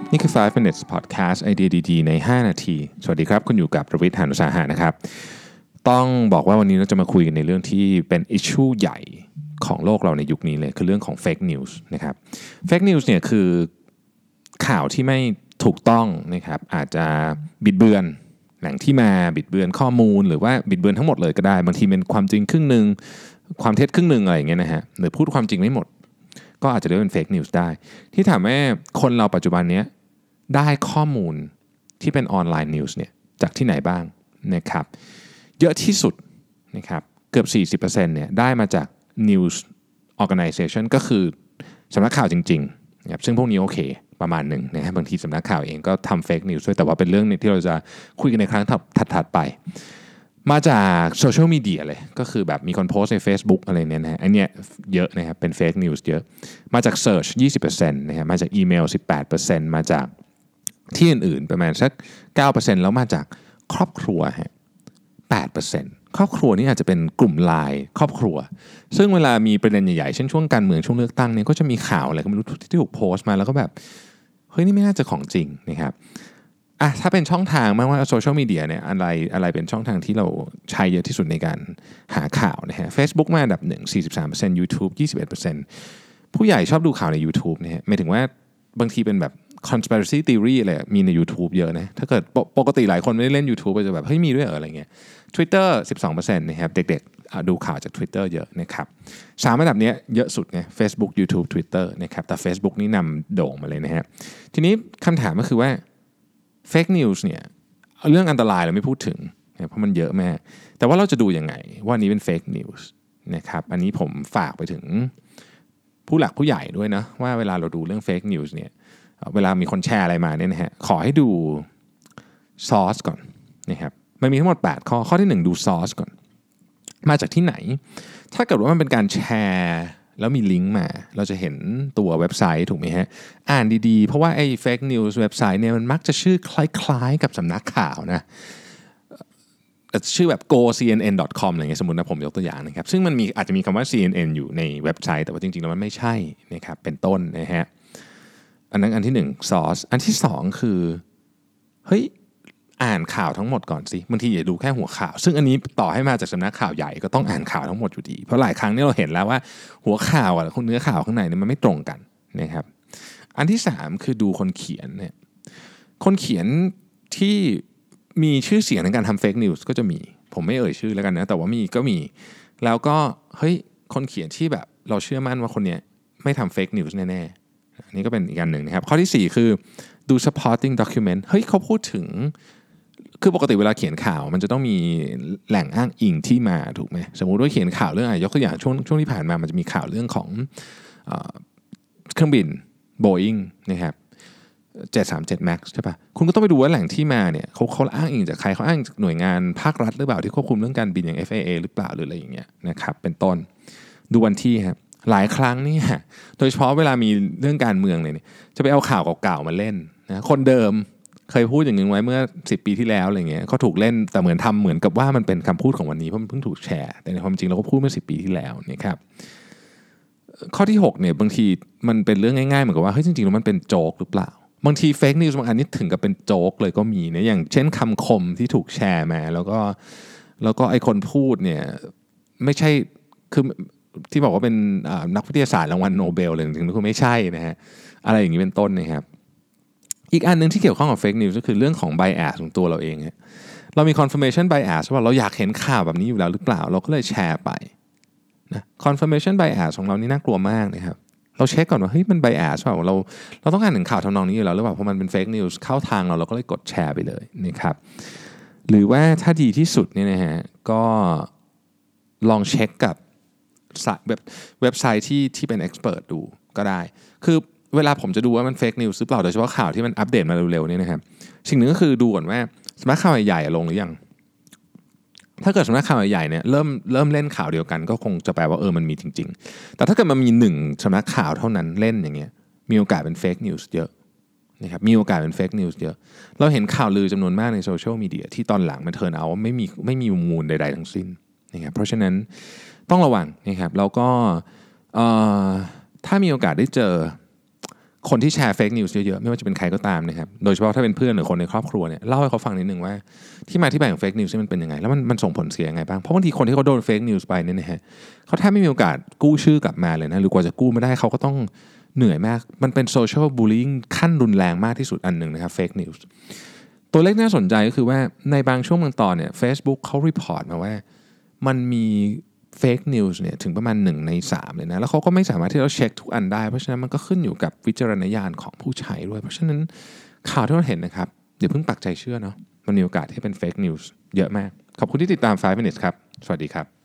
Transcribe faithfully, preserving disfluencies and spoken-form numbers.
นี่คือ ไฟว์ minutes podcast ไอเดียดีๆในห้านาทีสวัสดีครับคุณอยู่กับประวิทย์ หาญอุตสาหะนะครับต้องบอกว่าวันนี้เราจะมาคุยกันในเรื่องที่เป็น issue ใหญ่ของโลกเราในยุคนี้เลยคือเรื่องของ fake news นะครับ fake news เนี่ยคือข่าวที่ไม่ถูกต้องนะครับอาจจะบิดเบือนแหล่งที่มาบิดเบือนข้อมูลหรือว่าบิดเบือนทั้งหมดเลยก็ได้บางทีเป็นความจริงครึ่งนึงความเท็จครึ่งนึงอะไรอย่างเงี้ยนะฮะหรือพูดความจริงไม่หมดก็อาจจะเรียกเป็น fake news ได้ที่ถามว่าคนเราปัจจุบันนี้ได้ข้อมูลที่เป็นออนไลน์นิวส์เนี่ยจากที่ไหนบ้างนะครับเยอะที่สุดนะครับเกือบ สี่สิบเปอร์เซ็นต์ เนี่ยได้มาจาก news organization ก็คือสำนักข่าวจริงๆนะครับซึ่งพวกนี้โอเคประมาณหนึ่งนะฮะบางทีสำนักข่าวเองก็ทำ fake news ด้วยแต่ว่าเป็นเรื่องที่เราจะคุยกันในครั้งถัดๆไปมาจากโซเชียลมีเดียเลยก็คือแบบมีคนโพสต์ใน Facebook อะไรเนี่ยนะฮะอันเนี้ยเยอะนะครับเป็น fake news เยอะมาจาก search ยี่สิบเปอร์เซ็นต์ นะฮะมาจากอีเมล สิบแปดเปอร์เซ็นต์ มาจากที่อื่นๆประมาณสัก เก้าเปอร์เซ็นต์ แล้วมาจากครอบครัวฮะ แปดเปอร์เซ็นต์ ครอบครัวนี่อาจจะเป็นกลุ่มไลน์ครอบครัวซึ่งเวลามีประเด็นใหญ่ๆเช่นช่วงการเมืองช่วงเลือกตั้งเนี่ยก็จะมีข่าวอะไรก็ไม่รู้ที่ถูกโพสต์มาแล้วก็แบบเฮ้ยนี่ไม่น่าจะของจริงนะครับอ่ะถ้าเป็นช่องทางมากว่าโซเชียลมีเดียเนี่ยอะไรอะไรเป็นช่องทางที่เราใช้เยอะที่สุดในการหาข่าวนะฮะ Facebook มาอันดับหนึ่ง สี่สิบสามเปอร์เซ็นต์ YouTube ยี่สิบเอ็ดเปอร์เซ็นต์ ผู้ใหญ่ชอบดูข่าวใน YouTube นะฮะหมายถึงว่าบางทีเป็นแบบ conspiracy theory อะไรมีใน YouTube เยอะนะถ้าเกิดปกติหลายคนไม่ได้เล่น YouTube ก็จะแบบเฮ้ยมีด้วยเหรออะไรเงี้ย Twitter สิบสองเปอร์เซ็นต์ นะครับเด็กๆดูข่าวจาก Twitter เยอะนะครับสามอันดับนี้เยอะสุดไง Facebook YouTube Twitter นะครับแต่ Facebook นี่นำโด่งมาเลยนะฮะทีนี้คำถามก็คือว่า fake news เนี่ยเรื่องอันตรายเราไม่พูดถึงเพราะมันเยอะมากแต่ว่าเราจะดูยังไงว่านี้เป็น fake news นะครับอันนี้ผมฝากไปถึงผู้หลักผู้ใหญ่ด้วยนะว่าเวลาเราดูเรื่อง fake news เนี่ยเวลามีคนแชร์อะไรมาเนี่ยนะฮะขอให้ดู source ก่อนนะครับมันมีทั้งหมดแปดข้อข้อที่หนึ่งดู source ก่อนมาจากที่ไหนถ้าเกิดว่ามันเป็นการแชร์แล้วมีลิงก์มาเราจะเห็นตัวเว็บไซต์ถูกไหมฮะอ่านดีๆเพราะว่าไอ้ fake news เว็บไซต์เนี่ยมันมักจะชื่อคล้ายๆกับสำนักข่าวนะชื่อแบบ โก ซี เอ็น เอ็น ดอท คอม อะไรเงี้ยสมมุตินะผมยกตัวอย่างนะครับซึ่งมันมีอาจจะมีคำว่า ซี เอ็น เอ็น อยู่ในเว็บไซต์แต่ว่าจริงๆแล้วมันไม่ใช่นะครับเป็นต้นนะฮะอันนั้นอันที่หนึ่ง source อันที่สองคือเฮ้ยอ่านข่าวทั้งหมดก่อนสิบางทีอย่าดูแค่หัวข่าวซึ่งอันนี้ต่อให้มาจากสำนักข่าวใหญ่ก็ต้องอ่านข่าวทั้งหมดอยู่ดีเพราะหลายครั้งนี่เราเห็นแล้วว่าหัวข่าวกับเนื้อข่าวข้างในเนี่ยมันไม่ตรงกันนะครับอันที่สามคือดูคนเขียนเนี่ยคนเขียนที่มีชื่อเสียงในการทำเฟกนิวส์ก็จะมีผมไม่เอ่ยชื่อแล้วกันนะแต่ว่ามีก็มีแล้วก็เฮ้ยคนเขียนที่แบบเราเชื่อมั่นว่าคนเนี้ยไม่ทำเฟกนิวส์แน่ๆอันนี้ก็เป็นอีกอันหนึ่งนะครับข้อที่สี่คือดู supporting document เฮ้ยเขาพูดถึงคือปกติเวลาเขียนข่าวมันจะต้องมีแหล่งอ้างอิงที่มาถูกไหมสมมุติว่าเขียนข่าวเรื่องอะไรยกตัวอย่างช่วงช่วงที่ผ่านมามันจะมีข่าวเรื่องของเอ่อเครื่องบิน Boeing นะครับเจ็ดสามเจ็ด Max ใช่ปะคุณก็ต้องไปดูว่าแหล่งที่มาเนี่ยเขาเขาอ้างอิงจากใครเขาอ้างจากหน่วยงานภาครัฐหรือเปล่าที่ควบคุมเรื่องการบินอย่าง เอฟ เอ เอ หรือเปล่าหรืออะไรอย่างเงี้ยนะครับเป็นต้นดูวันที่ครับหลายครั้งนี่โดยเฉพาะเวลามีเรื่องการเมืองเนี่ยจะไปเอาข่าวเก่าๆมาเล่นนะคนเดิมเคยพูดอย่างนึงไว้เมื่อสิบปีที่แล้วอะไรเงี้ยเขาถูกเล่นแต่เหมือนทำเหมือนกับว่ามันเป็นคำพูดของวันนี้เพราะมันเพิ่งถูกแชร์แต่ในความจริงเราก็พูดเมื่อสิบปีที่แล้วนะครับข้อที่หกเนี่ยบางทีมันเป็นเรื่องง่ายๆเหมือนกับว่าเฮ้ยจริงๆแล้วมันเป็นโจ๊กหรือเปล่าบางทีเฟกนิวส์บางอันนี่ถึงกับเป็นโจ๊กเลยก็มีนะอย่างเช่นคำคมที่ถูกแชร์มาแล้วก็แล้วก็ไอ้คนพูดเนี่ยไม่ใช่คือที่บอกว่าเป็นนักวิทยาศาสตร์รางวัลโนเบลเลยจริงๆก็ไม่ใช่นะฮะอะไรอย่างนี้เป็นต้นนะครับอีกอันนึงที่เกี่ยวข้องกับเฟกนิวส์ก็คือเรื่องของ bias ของตัวเราเองเรามี confirmation bias ว่าเราอยากเห็นข่าวแบบนี้อยู่แล้วหรือเปล่าเราก็เลยแชร์ไปนะ confirmation bias ของเรานี่น่ากลัวมากนะครับเราเช็คก่อนว่าเฮ้ยมัน bias เปล่าเราเราต้องการถึงข่าวทำนองนี้อยู่แล้วหรือเปล่าเพราะมันเป็น fake news เข้าทางเราเราก็เลยกดแชร์ไปเลยนะครับหรือว่าถ้าดีที่สุดเนี่ยนะฮะก็ลองเช็คกับเว็บเว็บไซต์ที่ที่เป็น expert ดูก็ได้คือเวลาผมจะดูว่ามัน fake news หรือเปล่าโดยเฉพาะข่าวที่มันอัปเดตมาเร็วๆเนี่ยนะครับสิ่งหนึ่งก็คือดูก่อนว่าสำนักข่าวใหญ่ๆลงหรือยังถ้าเกิดสำนักข่าวใหญ่เนี่ยเริ่มเริ่มเล่นข่าวเดียวกันก็คงจะแปลว่าเออมันมีจริงๆแต่ถ้าเกิดมันมีหนึ่งสำนักข่าวเท่านั้นเล่นอย่างเงี้ยมีโอกาสเป็น fake news เยอะนะครับมีโอกาสเป็น fake news เยอะเราเห็นข่าวลือจำนวนมากในโซเชียลมีเดียที่ตอนหลังมันเทิร์นเอาท์ว่าไม่มีไม่มีมูลใดๆทั้งสิ้นนะครับเพราะฉะนั้นต้องระวังนะครับแล้วก็ถ้ามีโอกาสได้เจอคนที่แชร์เฟกนิวส์เยอะๆไม่ว่าจะเป็นใครก็ตามนะครับโดยเฉพาะถ้าเป็นเพื่อนหรือคนในครอบครัวเนี่ยเล่าให้เขาฟังนิดนึงว่าที่มาที่ไปของเฟกนิวส์มันเป็นยังไงแล้วมันมันส่งผลเสียยังไงบ้างเพราะบางทีคนที่เขาโดนเฟกนิวส์ไปเนี่ยนะฮะเขาแทบไม่มีโอกาสกู้ชื่อกลับมาเลยนะหรือกว่าจะกู้มาได้เขาก็ต้องเหนื่อยมากมันเป็นโซเชียลบูลลิงขั้นรุนแรงมากที่สุดอันหนึ่งนะครับเฟกนิวส์ตัวเลขน่าสนใจก็คือว่าในบางช่วงบางตอนเนี่ย Facebook เขารีพอร์ตมาว่ามันมีเฟกนิวส์เนี่ยถึงประมาณหนึ่งในสามเลยนะแล้วเขาก็ไม่สามารถที่จะเช็คทุกอันได้เพราะฉะนั้นมันก็ขึ้นอยู่กับวิจารณญาณของผู้ใช้ด้วยเพราะฉะนั้นข่าวที่เราเห็นนะครับอย่าเพิ่งปักใจเชื่อเนาะมันมีโอกาสที่เป็นเฟกนิวส์เยอะมากขอบคุณที่ติดตามไฟว์ minutes ครับสวัสดีครับ